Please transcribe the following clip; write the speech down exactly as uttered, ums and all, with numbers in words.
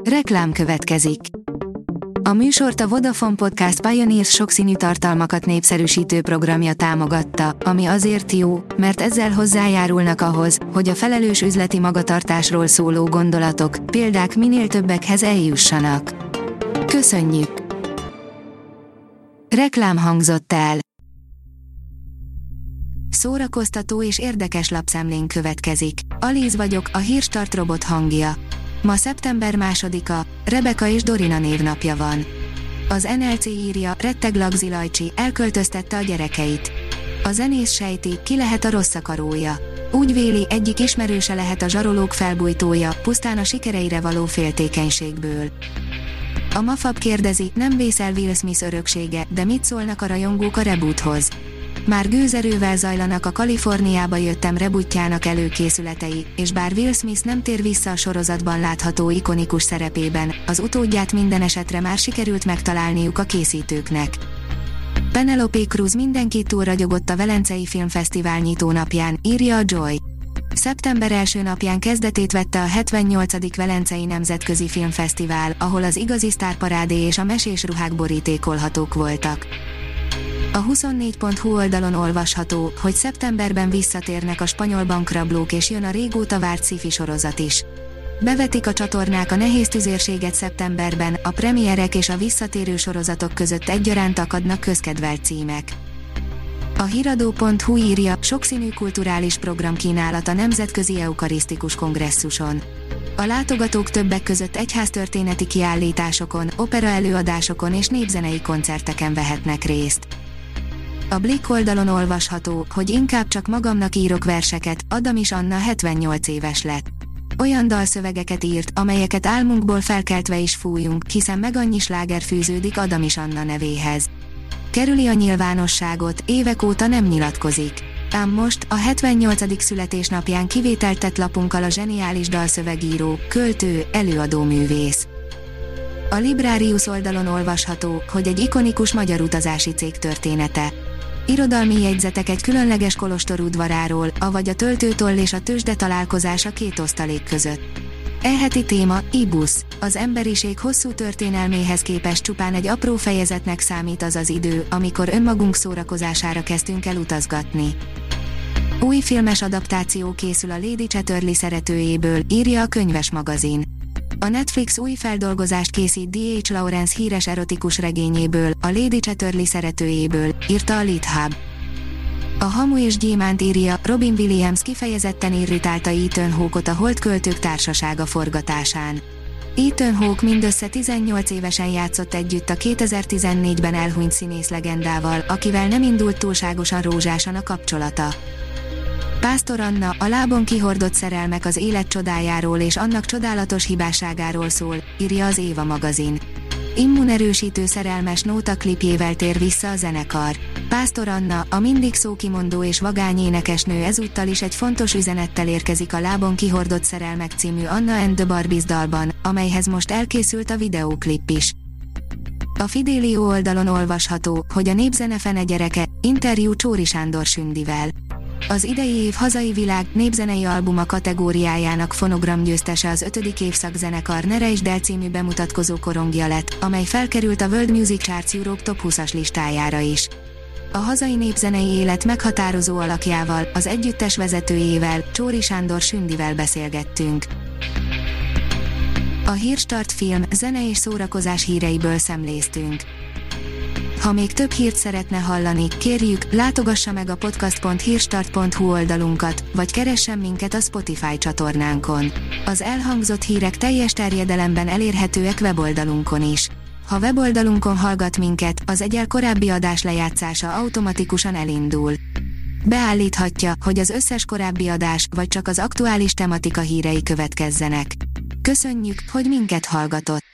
Reklám következik. A műsort a Vodafone Podcast Pioneers sokszínű tartalmakat népszerűsítő programja támogatta, ami azért jó, mert ezzel hozzájárulnak ahhoz, hogy a felelős üzleti magatartásról szóló gondolatok, példák minél többekhez eljussanak. Köszönjük! Reklám hangzott el. Szórakoztató és érdekes lapszemlén következik. Alíz vagyok, a Hírstart robot hangja. Ma szeptember másodika, Rebeka és Dorina névnapja van. Az en el cé írja, retteg Lagzi Lajcsi, elköltöztette a gyerekeit. A zenész sejti, ki lehet a rossz akarója. Úgy véli, egyik ismerőse lehet a zsarolók felbujtója, pusztán a sikereire való féltékenységből. A Mafab kérdezi, nem vészel Will Smith öröksége, de mit szólnak a rajongók a reboothoz? Már gőzerővel zajlanak a Kaliforniába jöttem rebootjának előkészületei, és bár Will Smith nem tér vissza a sorozatban látható ikonikus szerepében, az utódját minden esetre már sikerült megtalálniuk a készítőknek. Penelope Cruz mindenkit túlragyogott a Velencei Filmfesztivál nyitónapján, írja a Joy. Szeptember első napján kezdetét vette a hetvennyolcadik Velencei Nemzetközi Filmfesztivál, ahol az igazi sztárparádé és a mesés ruhák borítékolhatók voltak. A huszonnégy pont hu oldalon olvasható, hogy szeptemberben visszatérnek a spanyol bankrablók és jön a régóta várt sci-fi sorozat is. Bevetik a csatornák a nehéz tüzérséget szeptemberben, a premierek és a visszatérő sorozatok között egyaránt akadnak közkedvelt címek. A hiradó pont hu írja, sokszínű kulturális programkínálat a Nemzetközi Eukarisztikus Kongresszuson. A látogatók többek között egyháztörténeti kiállításokon, opera előadásokon és népzenei koncerteken vehetnek részt. A Blick oldalon olvasható, hogy inkább csak magamnak írok verseket, Adamis Anna hetvennyolc éves lett. Olyan dalszövegeket írt, amelyeket álmunkból felkeltve is fújunk, hiszen meg annyi sláger fűződik Adamis Anna nevéhez. Kerüli a nyilvánosságot, évek óta nem nyilatkozik. Ám most, a hetvennyolcadik születésnapján kivételt tett lapunkkal a zseniális dalszövegíró, költő, előadóművész. A Librarius oldalon olvasható, hogy egy ikonikus magyar utazási cég története. Irodalmi jegyzetek egy különleges kolostor udvaráról, avagy a töltőtoll és a tőzsde találkozása két osztalék között. E heti téma, ibusz, az emberiség hosszú történelméhez képest csupán egy apró fejezetnek számít az az idő, amikor önmagunk szórakozására kezdtünk el utazgatni. Új filmes adaptáció készül a Lady Chatterley szeretőjéből, írja a Könyves magazin. A Netflix új feldolgozást készít dé há. Lawrence híres erotikus regényéből, a Lady Chatterley szeretőjéből, írta a Lead Hub. A Hamu és Gyémánt írja, Robin Williams kifejezetten irritálta Ethan Hawke-ot a Holdköltők társasága forgatásán. Ethan Hawke mindössze tizennyolc évesen játszott együtt a kétezer-tizennégyben elhunyt színész legendával, akivel nem indult túlságosan rózsásan a kapcsolata. Pásztor Anna, a lábon kihordott szerelmek az élet csodájáról és annak csodálatos hibásságáról szól, írja az Éva magazin. Immunerősítő szerelmes nóta klipjével tér vissza a zenekar. Pásztor Anna, a mindig szókimondó és vagány énekesnő ezúttal is egy fontos üzenettel érkezik a Lábon kihordott szerelmek című Anna and the Barbies dalban, amelyhez most elkészült a videóklip is. A Fidelio oldalon olvasható, hogy a népzene fene gyereke, interjú Csóri Sándor Sündivel. Az idei év hazai világ népzenei albuma kategóriájának fonogram győztese az ötödik évszak zenekar Ne rejtsd el című bemutatkozó korongja lett, amely felkerült a World Music Charts Europe Top húszas listájára is. A hazai népzenei élet meghatározó alakjával, az együttes vezetőjével, Csóri Sándor Sündivel beszélgettünk. A Hírstart film, zene és szórakozás híreiből szemléztünk. Ha még több hírt szeretne hallani, kérjük, látogassa meg a podcast pont hírstart pont hu oldalunkat, vagy keressen minket a Spotify csatornánkon. Az elhangzott hírek teljes terjedelemben elérhetőek weboldalunkon is. Ha weboldalunkon hallgat minket, az egyel korábbi adás lejátszása automatikusan elindul. Beállíthatja, hogy az összes korábbi adás, vagy csak az aktuális tematika hírei következzenek. Köszönjük, hogy minket hallgatott!